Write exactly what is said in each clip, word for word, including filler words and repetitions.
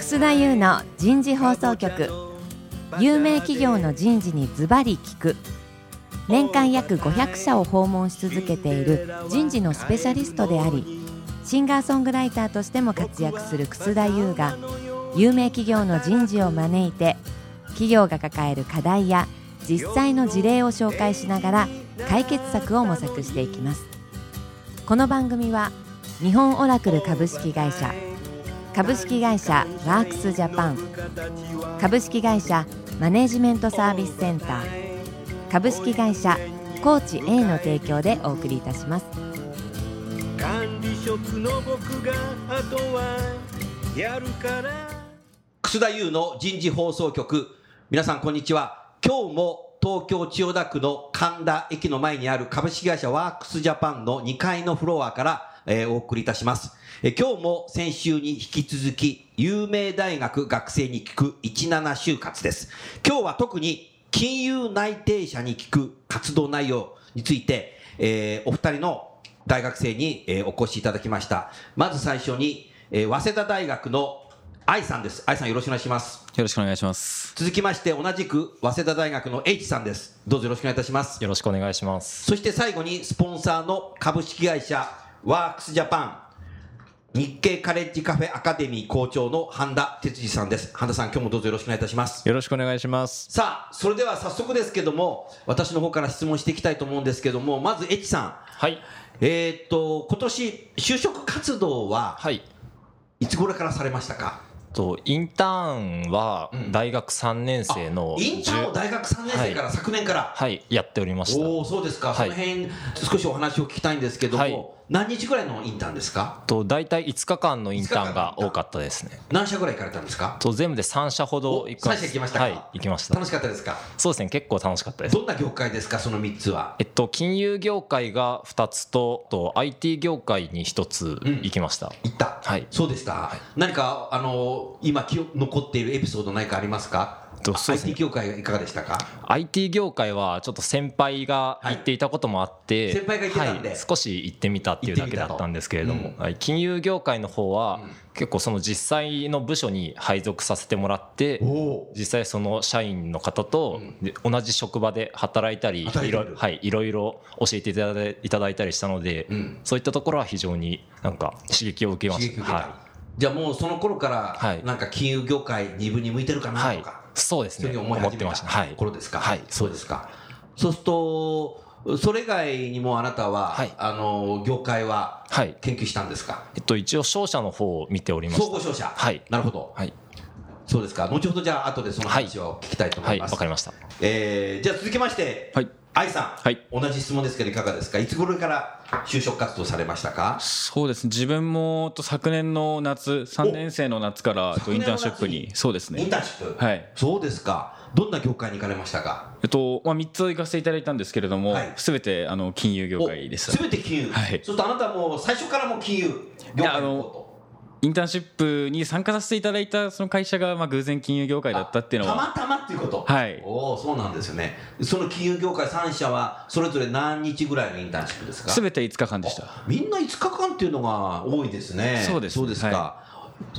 楠田優の人事放送局。有名企業の人事にズバリ聞く。年間約ごひゃくしゃを訪問し続けている人事のスペシャリストであり、シンガーソングライターとしても活躍する楠田優が、有名企業の人事を招いて企業が抱える課題や実際の事例を紹介しながら解決策を模索していきます。この番組は日本オラクル株式会社、株式会社ワークスジャパン、株式会社マネジメントサービスセンター、株式会社コーチ A の提供でお送りいたします。 管理職の僕があとはやるから。 楠田優の人事放送局、皆さんこんにちは。今日も東京千代田区の神田駅の前にある株式会社ワークスジャパンのにかいのフロアから、えー、お送りいたします。えー、今日も先週に引き続き有名大学学生に聞くじゅうなな就活です。今日は特に金融内定者に聞く活動内容について、えー、お二人の大学生に、えー、お越しいただきました。まず最初に、えー、早稲田大学の愛さんです。愛さん、よろしくお願いします。 よろしくお願いします。 続きまして同じく早稲田大学の H さんです。どうぞよろしくお願いいたします。 よろしくお願いします。 そして最後にスポンサーの株式会社ワークスジャパン日経カレッジカフェアカデミー校長の半田哲司さんです。半田さん、今日もどうぞよろしくお願いいたします。 よろしくお願いします。 さあ、それでは早速ですけども、私の方から質問していきたいと思うんですけども、まず H さん、 はい。 えー、っと今年就職活動は、はい、いつ頃からされましたか？ とインターンは大学さんねん生の、 うん、インターンを大学さんねん生から、はい、昨年からはいやっておりました。 おお、そうですか。はい、その辺少しお話を聞きたいんですけども、はい、何日ぐらいのインターンですか？と大体いつかかんのインターンが多かったですね。 何社ぐらい行かれたんですか？ と全部でさんしゃほど行かさんしゃ行きましたか？ はい、行きました。 楽しかったですか？ そうですね、結構楽しかったです。 どんな業界ですか、そのみっつは？ えっと金融業界がふたつと、と アイティー 業界にひとつ行きました。 うん、行った。はい。そうでした。はい、何かあの今記憶残っているエピソード何かありますか？とそうですね、アイティー 業界いかがでしたか？ アイティー 業界はちょっと先輩が行っていたこともあって、はい、 先輩が行ってたんで、 はい、少し行ってみたっていうだけだったんですけれども、うん、はい、金融業界の方は、うん、結構その実際の部署に配属させてもらって、実際その社員の方と同じ職場で働いたり、いろいろ、はい、いろいろ教えていただい、いただいたりしたので、うん、そういったところは非常になんか刺激を受けました。はい、 じゃあもうその頃からなんか金融業界二分に向いてるかなとか、はい、 そうですね、 そういうふうに思い始めたところですか？はい、そうですか。そうするとそれ以外にもあなたは、はい、あの業界は研究したんですか？はい、 えっと一応商社の方を見ておりました。 総合商社。 はい。 なるほど。はい。そうですか。後ほどじゃあ後でその話を聞きたいと思います。 はい、わかりました。 えー、じゃあ続きまして、はい、愛さん、はい、同じ質問ですけどいかがですか？いつ頃から就職活動されましたか？ そうですね、自分もと昨年の夏、さんねん生の夏からインターンシップに、そうですね。 インターンシップ。はい。そうですか。どんな業界に行かれましたか？ えっとまあ、みっつ行かせていただいたんですけれども、すべ、はい、てあの金融業界でした。 すべて金融。はい。そうするとあなたも最初からも金融業界のこと。 インターンシップに参加させていただいたその会社がまあ偶然金融業界だったっていうのはたまたまっていうこと。 はい。 おお、そうなんですよね。その金融業界さん社はそれぞれ何日ぐらいのインターンシップですか？ すべていつかかんでした。 みんないつかかんっていうのが多いですね。 そうです。 そうですか。はい、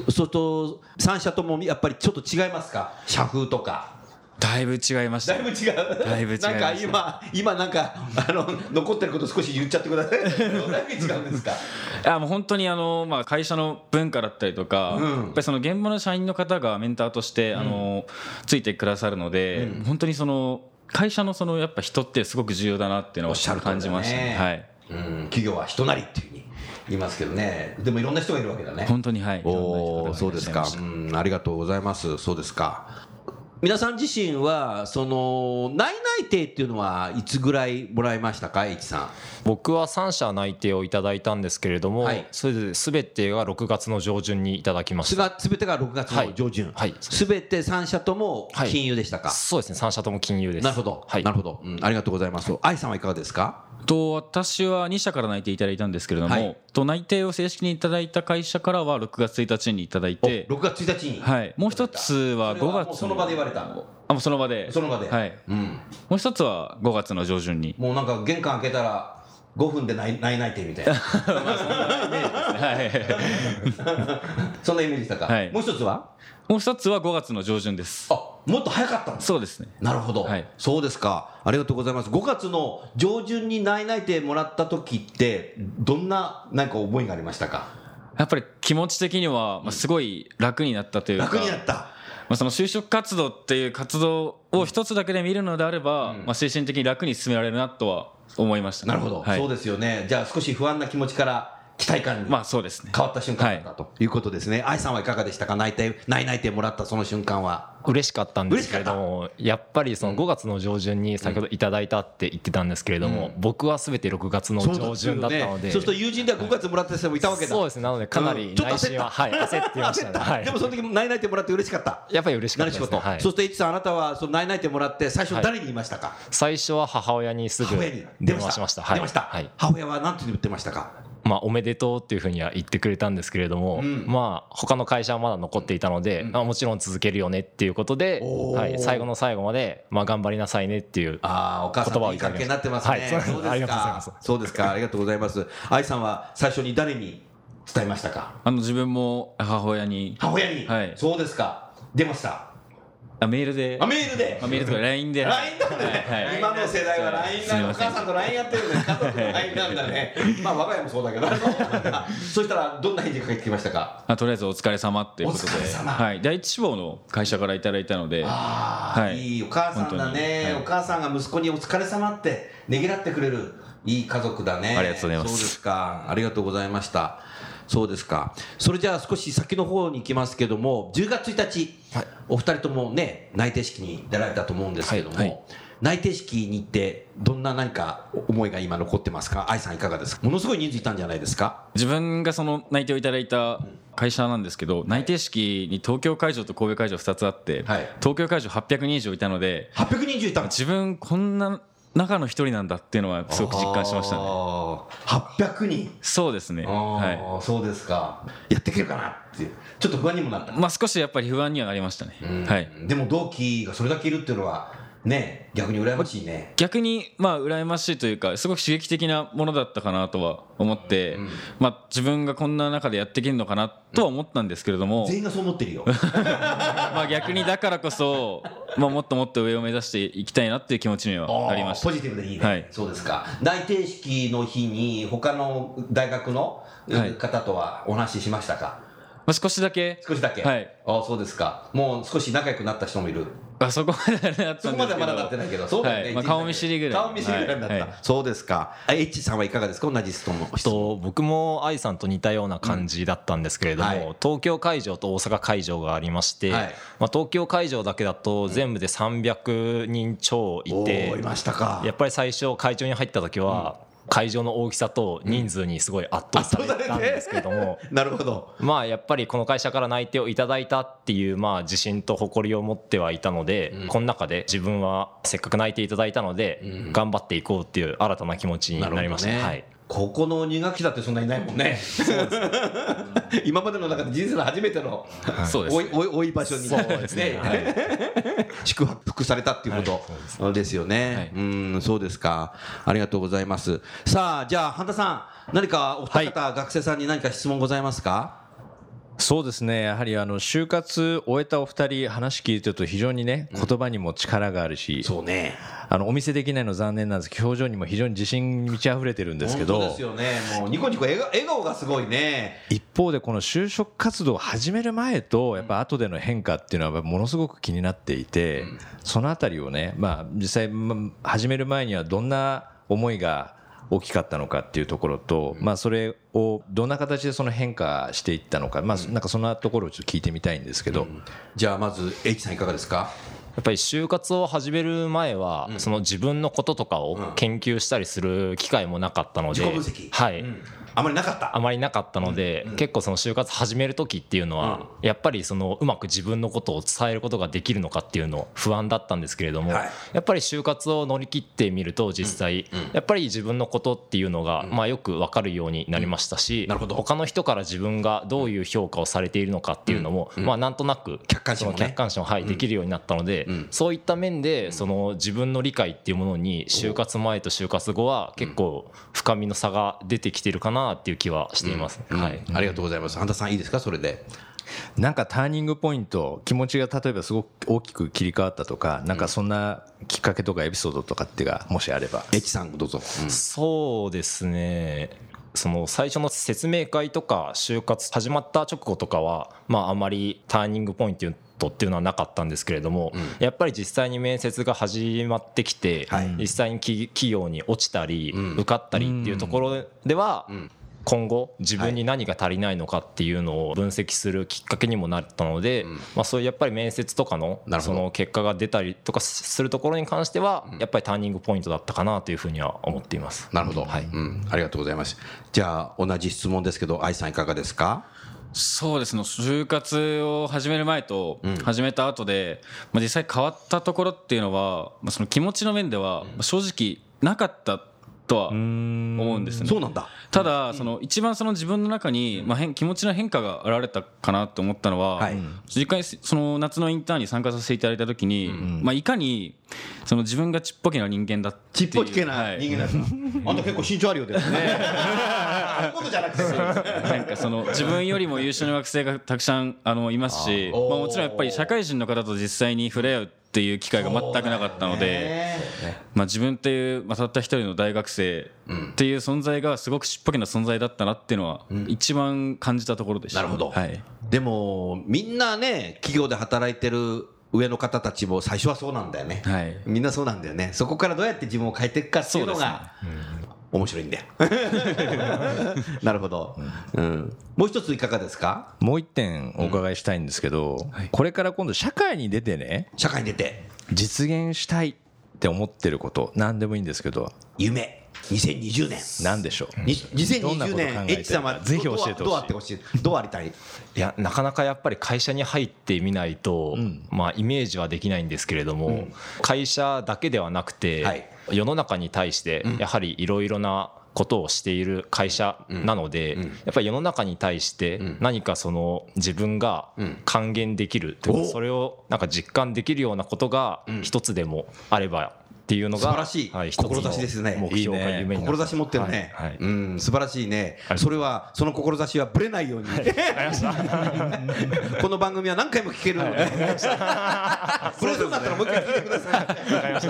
そうするとさん社ともやっぱりちょっと違いますか？社風とか。 だいぶ違いました。 だいぶ違う。 だいぶ違いました。 なんか今今なんかあの残ってること少し言っちゃってください。だいぶ違うんですか？ いやもう本当にあのまあ会社の文化だったりとか、うん、やっぱりその現場の社員の方がメンターとして、うん、あのついてくださるので、うん、本当にその会社のそのやっぱ人ってすごく重要だなっていうのを感じましたね。はい。 うん、企業は人なりっていう風に言いますけどね。でもいろんな人がいるわけだね。 本当にはい。 おお、そうですか。うん、ありがとうございます。そうですか。皆さん自身はその内内定っていうのはいつぐらいもらいましたか？ H さん。 僕はさん社内定をいただいたんですけれども、はい、それで全てがろくがつの上旬にいただきました。 全てがろくがつの上旬、はいはい、全てさん社とも金融でしたか？はい、 そうですね、さん社とも金融です。 なるほど、はい、なるほど、うん、ありがとうございます。愛さんはいかがですか？ と私はに社から内定いただいたんですけれども、はい、と内定を正式にいただいた会社からはろくがつついたちにいただいて、 ろくがつついたちに、 はい、もう一つはごがつの、 その場で言われた。 あ、もうその場で、 その場で、 はい、うん、もう一つはごがつの上旬に。 もうなんか玄関開けたらごふんでないないないてみたいなそんなイメージでしたか、 はい、 もう一つはもう一つはごがつの上旬です。 あ、もっと早かったんです。 そうですね。 なるほど、はい、そうですか。ありがとうございます。ごがつの上旬に内内定もらった時ってどんな何か思いがありましたか？ やっぱり気持ち的には、まあ、すごい楽になったというか、 楽になった、まあ、その就職活動っていう活動を一つだけで見るのであれば、うんまあ、精神的に楽に進められるなとは思いました、ね、 なるほど、はい、そうですよね。じゃあ少し不安な気持ちから期待感に変わった瞬間だったということですね。愛さんはいかがでしたか？内定内内定もらったその瞬間は。 嬉しかったんですけれども、やっぱりそのごがつの上旬に先ほどいただいたって言ってたんですけれども、僕は全てろくがつの上旬だったので、 そうすると友人ではごがつもらった人もいたわけだ。 そうですね。なのでかなり内心ははい焦ってましたね。はい。 でもその時内内定もらって嬉しかった。 やっぱり嬉しかったですね。はい。 そうすると H さん、あなたはその内内定もらって最初誰に言いましたか？ 最初は母親にすぐ電話しました。 出ました。母親は何て言ってましたか？ まあ、おめでとうっていうふうには言ってくれたんですけれども、うん、まあ他の会社はまだ残っていたので、うん、もちろん続けるよねっていうことで、はい、最後の最後まで、まあ、頑張りなさいねっていう言葉をいただきました。あ、お母さんといい関係になってますね。はい、そうですか。ありがとうございます。そうですか。ありがとうございます。愛さんは最初に誰に伝えましたか？ あの自分も母親に。 母親に、はい、そうですか。出ました。 あ、メールで。 あ、メールで。 あ、メールとか ライン で。 ライン だね、はい、今の世代は ライン なんだ。お母さんと ライン やってるね。家族の ライン なんだね。まあ我が家もそうだけどそしたらどんな返事が返ってきましたか？ あ、とりあえずお疲れ様っていうことで、 お疲れ様、 はい、第一志望の会社からいただいたので、 あ、はい、いいお母さんだね、はい、お母さんが息子にお疲れ様ってねぎらってくれるいい家族だね。 ありがとうございます。 そうですか。ありがとうございました。そうですか。それじゃあ少し先の方に行きますけども、じゅうがつついたち、はい、お二人ともね内定式に出られたと思うんですけども、はいはい、内定式に行ってどんな何か思いが今残ってますか？愛さんいかがですか？ものすごい人数いたんじゃないですか？ 自分がその内定をいただいた会社なんですけど、内定式に東京会場と神戸会場ふたつあって、はい、東京会場はっぴゃくにん以上いたので、 はっぴゃくにん以上いたの？ 自分こんな中の一人なんだっていうのはすごく実感しましたね。 はっぴゃくにん。 そうですね。 はい。そうですか。やっていけるかなっていうちょっと不安にもなった。 まあ少しやっぱり不安にはなりましたね。はい。 でも同期がそれだけいるっていうのはね、逆に羨ましいね。 逆にまあ羨ましいというか、すごく刺激的なものだったかなとは思って、うん、まあ自分がこんな中でやっていけるのかなとは思ったんですけれども、 全員がそう思ってるよまあ逆にだからこそ、まあ、もっともっと上を目指していきたいなっていう気持ちにはなりました。 ポジティブでいいね、はい、そうですか。内定式の日に他の大学の方とはお話ししましたか？はい、 まあ、少しだけ。 少しだけ。はい。ああ、そうですか。もう少し仲良くなった人もいる。 あ、そこまではなったんですけど。 そこまではまだなってないけど。そうだよね。 はい、まあ、顔見知りぐらい。 顔見知りぐらいになった。はいはい、そうですか。H さんはいかがですか？同じ人の人。 と僕も愛さんと似たような感じだったんですけれども、うん、はい、東京会場と大阪会場がありまして、はい、まあ、東京会場だけだと全部でさんびゃくにん超いて、 うん、いましたか。 やっぱり最初会場に入った時は、うん、会場の大きさと人数にすごい圧倒されたんですけれども、 うん、なるほど。 まあやっぱりこの会社から内定をいただいたっていうまあ自信と誇りを持ってはいたので、うん、この中で自分はせっかく内定いただいたので頑張っていこうっていう新たな気持ちになりました、ね。はい。 ここの入学期だってそんなにいないもんね。そうです今までの中で人生の初めての多い場所に、そうですね、はい、宿泊されたっていうことですよね。はい、うん、そうですか。ありがとうございます。さあ、じゃあ半田さん、何かお二方、はい、学生さんに何か質問ございますか？ そうですね、やはりあの就活終えたお二人話聞いてると非常にね、言葉にも力があるし、 そうね、 あのお見せできないの残念なんですけど、表情にも非常に自信に満ち溢れてるんですけど、 本当ですよね。もうニコニコ笑顔、笑顔がすごいね。 一方でこの就職活動を始める前とやっぱ後での変化っていうのはものすごく気になっていて、そのあたりをね、まあ実際始める前にはどんな思いが大きかったのかっていうところと、まあそれをどんな形でその変化していったのか、まあなんかそんなところをちょっと聞いてみたいんですけど、うん、 じゃあまず H さんいかがですか？ やっぱり就活を始める前は、その自分のこととかを研究したりする機会もなかったので、 自己分析、 はい、 あまりなかったあまりなかったので、 うんうん、 結構その就活始める時っていうのは、うん、やっぱりそのうまく自分のことを伝えることができるのかっていうの不安だったんですけれども、はい、やっぱり就活を乗り切ってみると実際、うんうん、やっぱり自分のことっていうのが、うん、まあよく分かるようになりましたし、うん、他の人から自分がどういう評価をされているのかっていうのも、うん、まあなんとなく客観視もね、 客観視もはいできるようになったので、うん、そういった面でその自分の理解っていうものに就活前と就活後は結構深みの差が出てきているかなっていう気はしています、 うんうん、 はい、 ありがとうございます。半田さんいいですか、それで。 なんかターニングポイント、気持ちが例えばすごく大きく切り替わったとか、なんかそんなきっかけとかエピソードとかってがもしあれば。 エチさんどうぞ、 うん、そうですね、その最初の説明会とか就活始まった直後とかは、まああまりターニングポイントっていうのはなかったんですけれども、うん、やっぱり実際に面接が始まってきて、はい、実際に企業に落ちたり、うん、受かったりっていうところでは、うん、今後自分に何が足りないのかっていうのを分析するきっかけにもなったので、うん、まあそういうやっぱり面接とかのその結果が出たりとかするところに関してはやっぱりターニングポイントだったかなというふうには思っています。 なるほど、はい、うん、ありがとうございます。じゃあ同じ質問ですけど、愛さんいかがですか。 そうですね、就活を始める前と始めた後で、まあ、実際変わったところっていうのは、まあ、その気持ちの面では正直なかったとは思うんですね。 そうなんだ。 ただその一番その自分の中にまあ変気持ちの変化が現れたかなと思ったのは、はい、実際その夏のインターンに参加させていただいた時に、うんまあいかにその自分がちっぽけな人間だっていう、 ちっぽけな人間だった、はい、あんた結構身長あるようですね。そういうことじゃなくて、 なんかその自分よりも優秀な学生がたくさんあのいますし、まあもちろんやっぱり社会人の方と実際に触れ合うっていう機会が全くなかったので、まあ自分っていうまあたった一人の大学生っていう存在がすごくちっぽけな存在だったなっていうのは一番感じたところでした。 なるほど、 はい、 でもみんなね、企業で働いてる上の方たちも最初はそうなんだよね、はい、みんなそうなんだよね。そこからどうやって自分を変えていくかっていうのが面白いんだよ。なるほど、うん、もう一ついかがですか。 もう一点お伺いしたいんですけど、うんはい、これから今度社会に出てね、 社会に出て実現したいって思ってること、何でもいいんですけど、 夢にせんにじゅうねん何でしょう。 にせんにじゅうねんエッチさんはぜひ教えてほしい。 どうあってほしい、どうありたい。 いや、なかなかやっぱり会社に入ってみないと、うん、まあイメージはできないんですけれども、うん、会社だけではなくて、はい、世の中に対してやはりいろいろなことをしている会社なので、やっぱり世の中に対して何かその自分が還元できるというか、それをなんか実感できるようなことが一つでもあればっていうのが素晴らしい、はい、志ですね。 目標が夢になる。 志持ってるね、はいはい、うん、素晴らしいね。それはその志はぶれないように、はい、この番組は何回も聞けるので、はい、ブレそうになったらもう一回聞いてください。わかりました。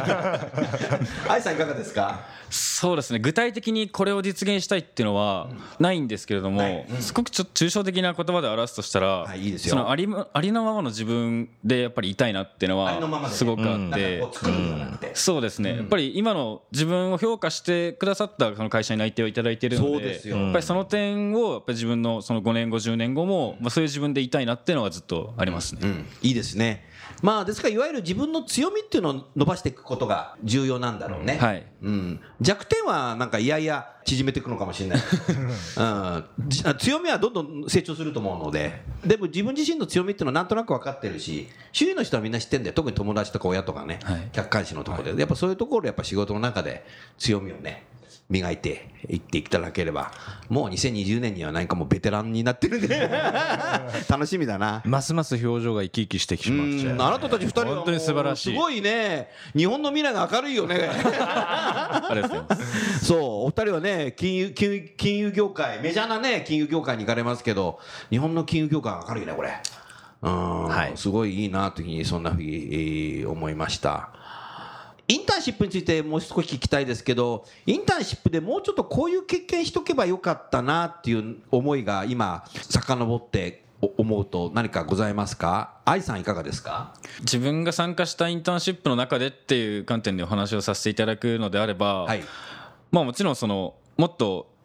愛さんいかがですか。 そうですね、具体的にこれを実現したいっていうのはないんですけれども、はいうん、すごくちょっと抽象的な言葉で表すとしたら、はい、いいですよ。そのあり、ありのままの自分でやっぱりいたいなっていうのはすごくあって、そうですね、うん、やっぱり今の自分を評価してくださったその会社に内定をいただいているの で, そうですよ、やっぱりその点をやっぱり自分のそのごねんごじゅうねんごも、まあ、そういう自分でいたいなっていうのがずっとありますね、 うんうん、いいですね。まあですからいわゆる自分の強みっていうのを伸ばしていくことが重要なんだろうね、 はいうん、弱点はなんかいやいや縮めていくのかもしれない、うん、強みはどんどん成長すると思うので、でも自分自身の強みっていうのはなんとなく分かってるし、周囲の人はみんな知ってるんだよ。特に友達とか親とかね、はい、客観視のところで、はい、やっぱそういうところやっぱ仕事の中で強みをね磨いていっていただければ、もうにせんにじゅうねんには何かもうベテランになってるんで楽しみだな。 ますます表情が生き生きしてきましたよね。 あなたたちふたりは本当に素晴らしい。 すごいね、日本の未来が明るいよね。 ありがとうございます。 そう、お二人はね金融、金融、金融業界、メジャーなね金融業界に行かれますけど、日本の金融業界が明るいねこれ。うん、はい、すごいいいなというふうにそんなふうに思いました。インターンシップについてもう少し聞きたいですけど、インターンシップでもうちょっとこういう経験しとけばよかったなっていう思いが今遡って思うと何かございますか。愛さんいかがですか。 自分が参加したインターンシップの中でっていう観点でお話をさせていただくのであれば、はい、まあもちろんそのもっと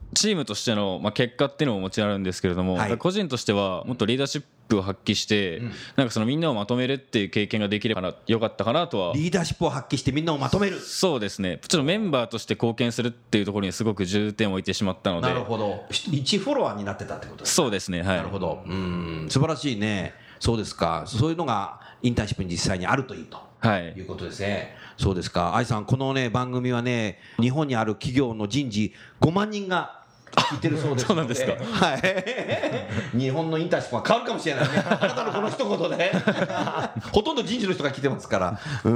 チームとしてのまあ結果っていうのももちろんあるんですけれども、 はい個人としてはもっとリーダーシップを発揮して、 うんなんかそのみんなをまとめるっていう経験ができればなよかったかなとは。 リーダーシップを発揮してみんなをまとめる。 そうですね、ちょっとメンバーとして貢献するっていうところにすごく重点を置いてしまったので。 なるほど。一フォロワーになってたってことですか。 そうですね、はい。 なるほど。うん、素晴らしいね。そうですか。そういうのがインターンシップに実際にあるといいと。 はいいうことですね。そうですか。愛さん、このね、番組はね、日本にある企業の人事ごまんにんが聞いてるそうですので。 そうなんですか。 はい。日本のインターンシップは変わるかもしれないね。あなたのこの一言で。ほとんど人事の人が聞いてますから。うん。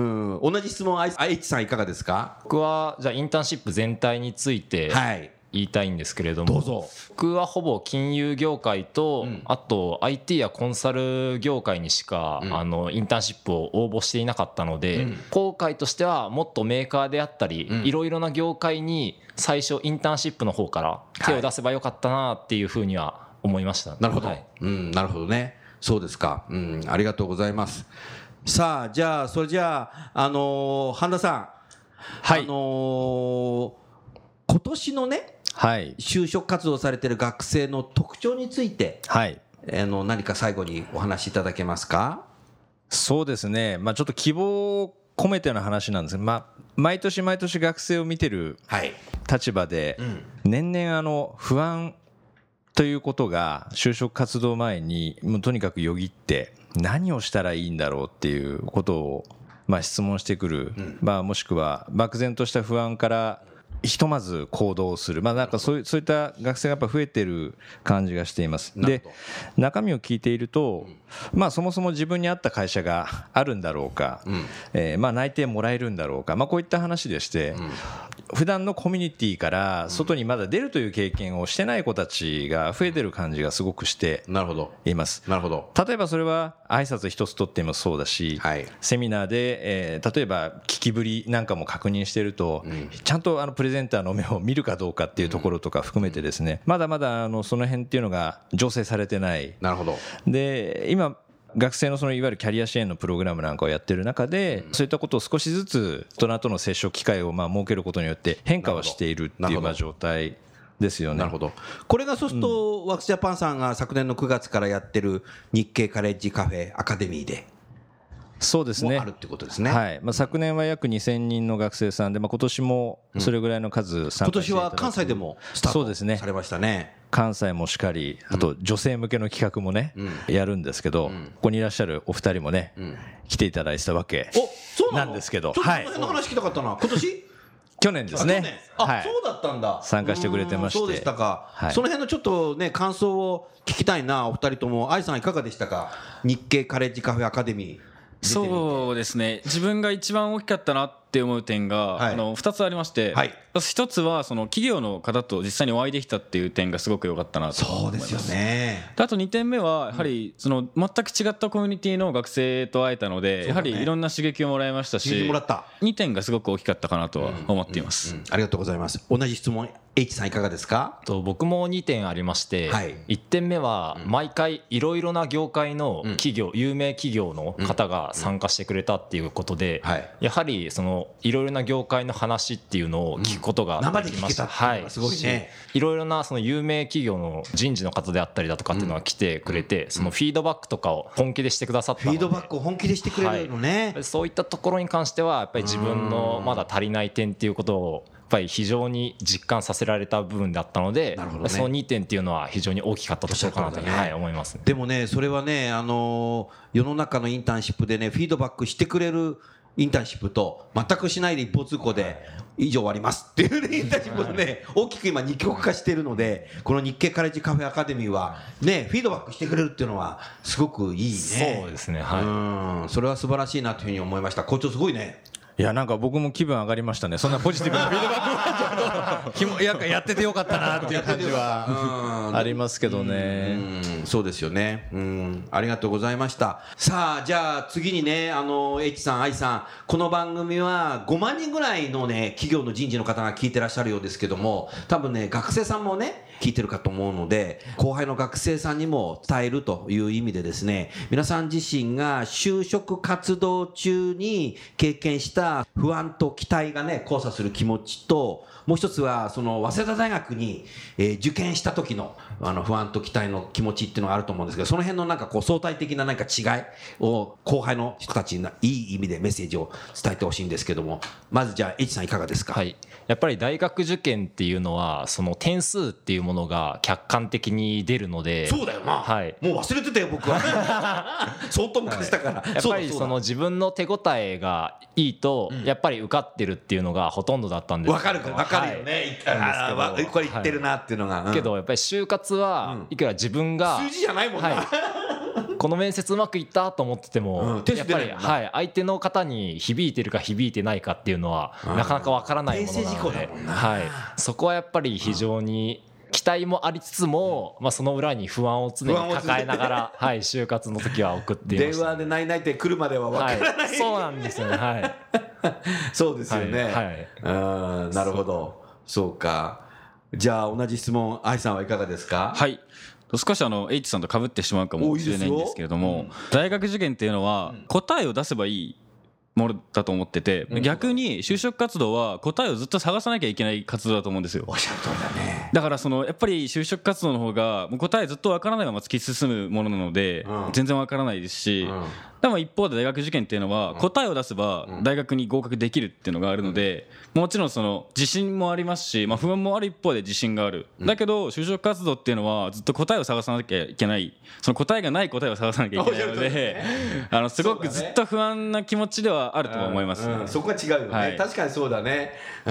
同じ質問、愛知さんいかがですか？ 僕はじゃあインターンシップ全体についてはい言いたいんですけれども、 どうぞ。 僕はほぼ金融業界と、 うんあと アイティー やコンサル業界にしか、 うんあのインターンシップを応募していなかったので、 うん後悔としてはもっとメーカーであったり、 うんいろいろな業界に最初インターンシップの方から手を出せばよかったなっていうふうには思いました。 なるほど、 はいうん、なるほどね。そうですか、うん、ありがとうございます。さあ、じゃあそれじゃあ、あのー、半田さん、 はいあのー、今年のねはい就職活動されている学生の特徴について、 はいあの何か最後にお話しいただけますか？ そうですね、まあ、ちょっと希望を込めての話なんですが、まあ、毎年毎年学生を見てるはい、 立場で、 うん年々あの不安ということが就職活動前にもうとにかくよぎって何をしたらいいんだろうっていうことをまあ質問してくる、 うんまあもしくは漠然とした不安からひとまず行動する、まあなんかそういそういった学生がやっぱ増えてる感じがしています。でなるほ中身を聞いていると、まあそもそも自分に合った会社があるんだろうか、 うんえーまあ内定もらえるんだろうか、まあこういった話でして、普段のコミュニティから外にまだ出るという経験をしてない子たちが増えてる感じがすごくしてなるほどいます。 なるほど。 例えばそれは挨拶一つとってもそうだし、 はいセミナーで、えー例えば聞きぶりなんかも確認してると、 うんちゃんとあのプレゼンターの目を見るかどうかっていうところとか含めてですね、まだまだあのその辺っていうのが醸成されてない。 なるほど。 で今学生のそのいわゆるキャリア支援のプログラムなんかをやってる中で、そういったことを少しずつ大人との接触機会をまあ設けることによって変化をしているってなるほどいうまあ状態ですよね。 なるほど。これがそうすると、ワークスジャパンさんが昨年のくがつからやってる日経カレッジカフェアカデミーでそうですねもあるってことですね。 はい、まあ、昨年は約にせんにんの学生さんで、まあ、今年もそれぐらいの数参今加していただく、 年は関西でもスタートそうですねされましたね。 関西もしかり、あと女性向けの企画もね、 うやるんですけど、 んここにいらっしゃるお二人もね、 ん来ていただいてたわけお、そうなの？ なんですけど、 ちょっとそはいの辺の話聞きたかったな。今年？ 去年ですあ去年ね、 あ、 はい、 そうだったんだ。 参加してくれてましてうーんそうでしたか。 はいその辺のちょっとね感想を聞きたいな。お二人とも、愛さんいかがでしたか？日経カレッジカフェアカデミー。 そうですね、自分が一番大きかったなって思う点が、 はいあのふたつありまして、 はいひとつはその企業の方と実際にお会いできたっていう点がすごく良かったなと思います。 そうですよね。 であとにてんめはやはりその全く違ったコミュニティの学生と会えたので、 そうだねやはりいろんな刺激をもらいました刺激し、 もらった。 にてんがすごく大きかったかなとは思っています。 うんありがとうございます。同じ質問、H さんいかがですか？ と僕もにてんありまして、 はいいってんめは毎回いろいろな業界の企業、有名企業の方が参加してくれたっていうことで、 はいやはりそのいろいろな業界の話っていうのを聞くことが生でできました。 聞けたっていうのがすごいね。 いろいろなその有名企業の人事の方であったりだとかっていうのが来てくれて、そのフィードバックとかを本気でしてくださったので、 フィードバックを本気でしてくれるのね。 そういったところに関してはやっぱり自分のまだ足りない点っていうことをやっぱり非常に実感させられた部分だったので、 なるほどねそのにてんっていうのは非常に大きかったところかなと、 おっしゃる通りだねはい、思いますね。 でもね、それはね、あのー世の中のインターンシップでね、フィードバックしてくれるインターンシップと、全くしないで一方通行で、以上終わりますっていう、ね、インターンシップをね、大きく今、二極化しているので、この日経カレッジカフェアカデミーは、ね、フィードバックしてくれるっていうのは、すごくいいね。 そうですね、はい。 うん、それは素晴らしいなというふうに思いました。校長すごいね。 いやなんか僕も気分上がりましたね。そんなポジティブなフィードバックがちょっと気もややっててよかったなっていう感じはありますけどね。 うんそうですよね。うんありがとうございました。さあじゃあ次にね、あの H さん、愛さん、この番組はごまんにんぐらいのね企業の人事の方が聞いてらっしゃるようですけども、多分ね学生さんもね聞いてるかと思うので、後輩の学生さんにも伝えるという意味でですね、皆さん自身が就職活動中に経験した不安と期待がね交差する気持ちと、もう一つはその早稲田大学に、えー、受験した時のあの不安と期待の気持ちっていうのがあると思うんですけど、その辺のなんかこう相対的な何か違いを後輩の人たちにいい意味でメッセージを伝えてほしいんですけども、まずじゃあ H さんいかがですか？ はい、やっぱり大学受験っていうのはその点数っていうものが客観的に出るので。 そうだよな、 はい、 もう忘れてたよ僕は相当昔だから、 はい、やっぱりその自分の手応えがいいとやっぱり受かってるっていうのがほとんどだったんですけど、 分かる分かるよね、はい、これ言ってるなっていうのが、 はい、うん、けどやっぱり就活はいくら自分が数字じゃないもんな、はい、 この面接うまくいったと思ってても、うん、やっぱり、はい、相手の方に響いてるか響いてないかっていうのはなかなかわからないものなので、はい、そこはやっぱり非常に期待もありつつも、まあ、その裏に不安を常に抱えながら、はい、就活の時は送っていました。 電話でないないって来るまでは分からない、 はい、そうなんですよね、はい、 そうですよね、 はいはい、 うん、なるほど、そうか。じゃあ同じ質問、愛さんはいかがですか？ はい、少しあの H さんと被ってしまうかもしれないんですけれども、大学受験っていうのは答えを出せばいいものだと思ってて、逆に就職活動は答えをずっと探さなきゃいけない活動だと思うんですよ。 おっしゃる通りだね。 だからそのやっぱり就職活動の方がもう答えずっとわからないまま突き進むものなので全然わからないですし、でも一方で大学受験っていうのは答えを出せば大学に合格できるっていうのがあるので、もちろんその自信もありますし、まあ不安もある一方で自信がある。だけど就職活動っていうのはずっと答えを探さなきゃいけない、その答えがない答えを探さなきゃいけないので、あのすごくずっと不安な気持ちではあると思いますね。 うんうん、そこは違うよね、はい、確かにそうだね。うん、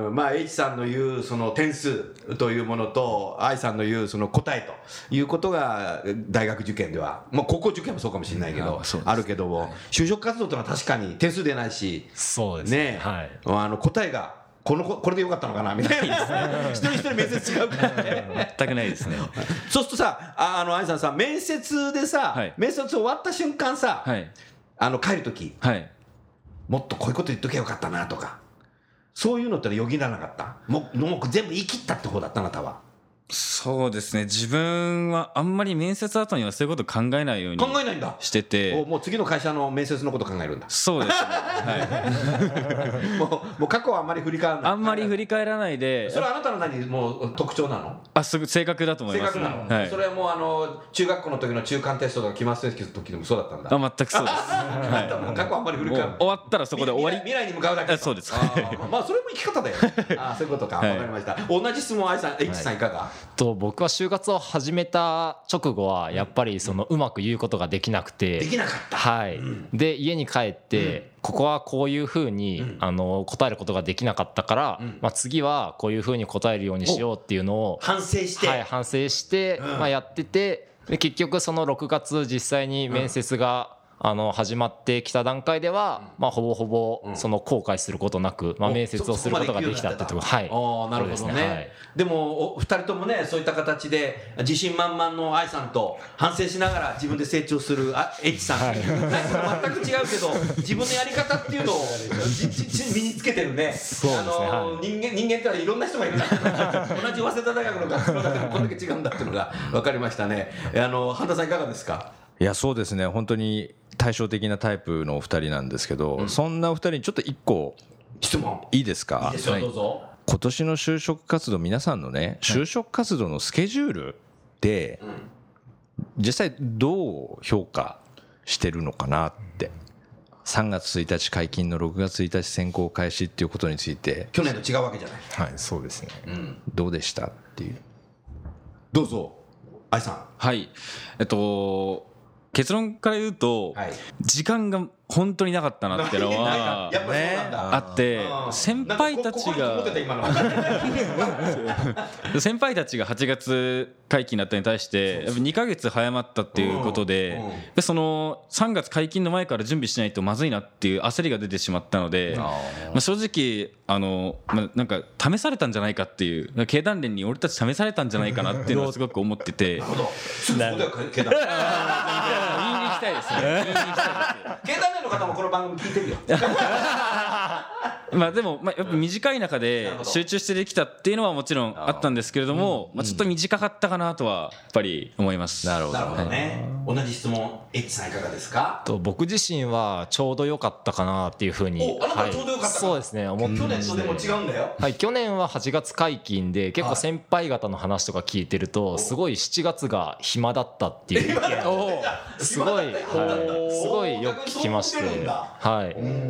まあ H さんの言うその点数というものと I さんの言うその答えということが大学受験では、まあ、高校受験もそうかもしれないけど、あるけども、就職活動というのは確かに点数出ないし、 そうですね、 ね、 はい、 あの答えがこのこれでよかったのかなみたいな一人一人面接違うからね全くないですねそうするとさ、あの愛さんさ、面接でさ、はい、面接終わった瞬間さ、はい、あの帰る時、はい、もっとこういうこと言っときゃよかったなとか、そういうのってよぎらなかった？もうもう全部言い切ったって方だった、あなたは。 そうですね、自分はあんまり面接後にはそういうこと考えないように考えないんだしてて、 おもう次の会社の面接のこと考えるんだ。 そうですね、はい、もう、もう過去はあんまり振り返らない、 あんまり振り返らないで。 それはあなたの何もう特徴なの？ あ、すぐ性格だと思います、ね、 性格なの、はい、それはもうあの中学校の時の中間テストとか期末テストの時でもそうだったんだ。 あ、全くそうです、はい、 もう過去あんまり振り返らない、 終わったらそこで終わり、 未来に向かうだけ。 そうです。 あまあそれも生き方だよあ、そういうことか、わ、はい、かりました。同じ質問、愛さん、H さんいかが？ と僕は就活を始めた直後はやっぱりそのうまく言うことができなくて、 できなかった、 はい、うん、で家に帰ってここはこういうふうに、うん、あの答えることができなかったから、うん、まあ、次はこういうふうに答えるようにしようっていうのを反省して、 はい、反省して、うん、まあ、やってて、で結局そのろくがつ実際に面接が、うんあの始まってきた段階では、まあ、ほぼほぼその後悔することなく、まあ、面接をすることができたってところ。はい、 あ、なるほどね、はい、でもおふたりともね、そういった形で自信満々の愛さんと反省しながら自分で成長する H さん、はい、全く違うけど自分のやり方っていうのを身につけてるね。 そうですね、あの、 はい、人間人間ってのはいろんな人がいるな同じ早稲田大学の学部だけどこれだけ違うんだっていうのが分かりましたね。あの半田さんいかがですか？ いや、そうですね、本当に対照的なタイプのお二人なんですけど、うん、そんなお二人にちょっと一個質問いいですか？ いいですよ、どうぞ。 今年の就職活動、皆さんのね、就職活動のスケジュールで実際どう評価してるのかなって。さんがつついたち解禁のろくがつついたち選考開始っていうことについて、 去年と違うわけじゃない。 はい、そうですね、 うん、どうでしたっていう。 どうぞ愛さん。 はい、えっと結論から言うと、はい、時間が本当になかったなっていうのはあって、先輩たちが先輩たちがはちがつ解禁になったに対してやっぱにかげつ早まったっていうことで、でそのさんがつ解禁の前から準備しないとまずいなっていう焦りが出てしまったので、まあ、正直あの、まあ、なんか試されたんじゃないかっていう、経団連に俺たち試されたんじゃないかなっていうのをすごく思ってて。 なるほど、そうだよ経団連言いに行きたいですね。言いに行きたいです。 経団連の方もこの番組聞いてるよ。 まあでも、まあ、やっぱ短い中で集中してできたっていうのはもちろんあったんですけれども、まあ、ちょっと短かったかなとはやっぱり思います。 なるほどなるほどね。同じ質問、エッチさんいかがですか？ と僕自身はちょうど良かったかなっていうふうに、 お、あなたはちょうど良かったかな、 そうですね、思って去まして、 年とでも違うんだよ。 はい、去年ははちがつ解禁で結構先輩方の話とか聞いてるとすごいしちがつが暇だったっていう意見をすごい、はい、すごいよく聞きまして、はい、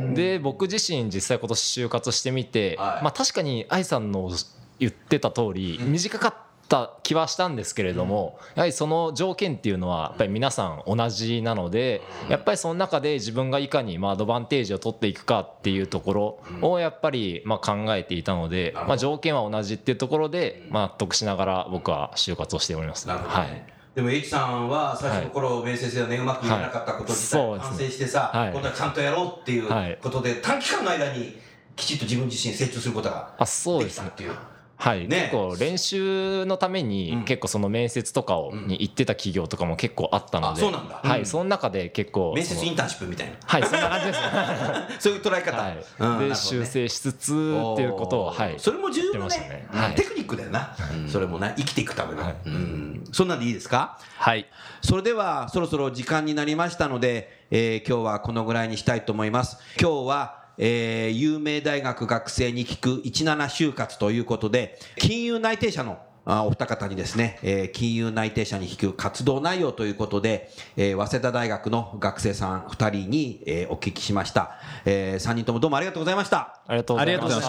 で僕自身実際今年就活してみて、 はい、 まあ確かに愛さんの言ってた通り短かった気はしたんですけれども、やはりその条件っていうのはやっぱり皆さん同じなので、やっぱりその中で自分がいかにまあアドバンテージを取っていくかっていうところをやっぱりまあ考えていたので、まあ条件は同じっていうところでまあ納得しながら僕は就活をしております。 なるほどね。はい、でも H さんは最初の頃、面接ではねうまくいかなかったこと自体反省してさ、はい、今度はちゃんとやろうっていうことで、短期間の間にきちっと自分自身成長することができたっていう。 はい、ね、結構練習のために結構その面接とかをに行ってた企業とかも結構あったので、 そうなんだ、 はい、その中で結構面接インターンシップみたいな、 はい、そんな感じですそういう捉え方、 はい、で修正しつつっていうことを、はい、 それも重要なね、テクニックだよな、それもね生きていくための、そんなんでいいですか？ はい、 それではそろそろ時間になりましたので、えー、今日はこのぐらいにしたいと思います。今日はえー、有名大学学生に聞くじゅうなな就活ということで、金融内定者のあお二方にですね、えー、金融内定者に聞く活動内容ということで、えー、早稲田大学の学生さんふたりに、えー、お聞きしました、えー、さんにんともどうもありがとうございました。 ありがとうございました。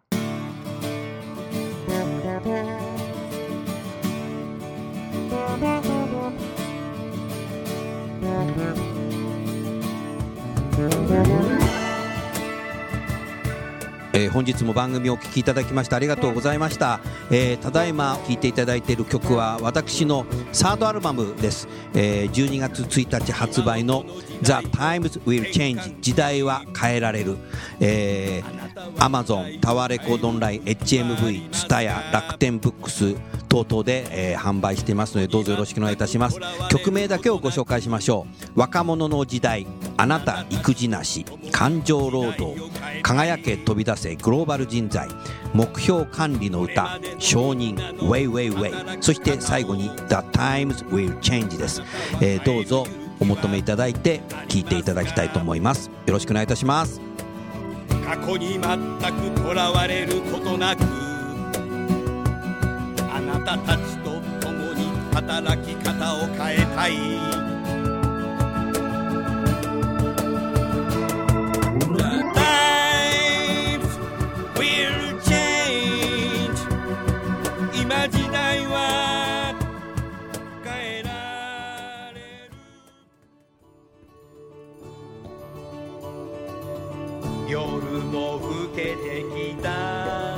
えー、本日も番組をお聴きいただきましてありがとうございました。えー、ただいま聴いていただいている曲は私のサードアルバムです。えー、じゅうにがつついたち発売の The Times Will Change 時代は変えられる、えー、Amazon、タワーレコードオンライン、エイチエムブイ、TSUTAYA、楽天ブックス等々で、えー、販売していますのでどうぞよろしくお願いいたします。曲名だけをご紹介しましょう。若者の時代、あなた育児なし、感情労働、輝け飛び出せグローバル人材、目標管理の歌、承認、ウェイウェイウェイ、そして最後に The Times Will Change です。えー、どうぞお求めいただいて聴いていただきたいと思います。よろしくお願いいたします。 過去に全くとらわれることなく、あなたたちと共に働き方を変えたい。今時代は変えられる。夜も更けてきた。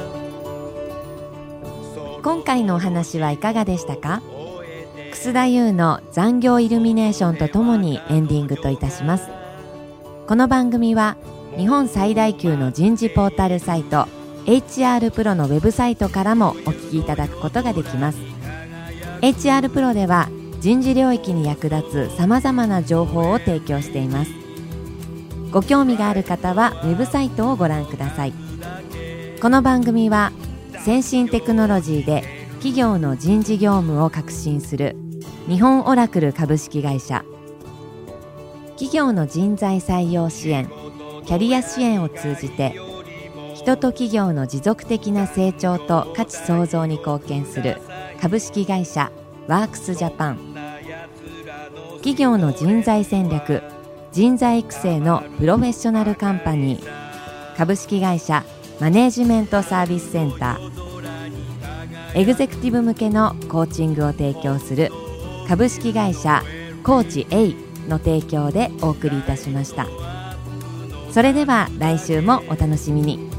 今回のお話はいかがでしたか？楠田優の残業イルミネーションとともにエンディングといたします。この番組は日本最大級の人事ポータルサイトエイチアール プロのウェブサイトからもお聞きいただくことができます。 エイチアール プロでは人事領域に役立つさまざまな情報を提供しています。ご興味がある方はウェブサイトをご覧ください。この番組は先進テクノロジーで企業の人事業務を革新する日本オラクル株式会社、企業の人材採用支援、キャリア支援を通じて人と企業の持続的な成長と価値創造に貢献する株式会社ワークスジャパン、企業の人材戦略、人材育成のプロフェッショナルカンパニー株式会社マネージメントサービスセンター、エグゼクティブ向けのコーチングを提供する株式会社コーチ A の提供でお送りいたしました。それでは来週もお楽しみに。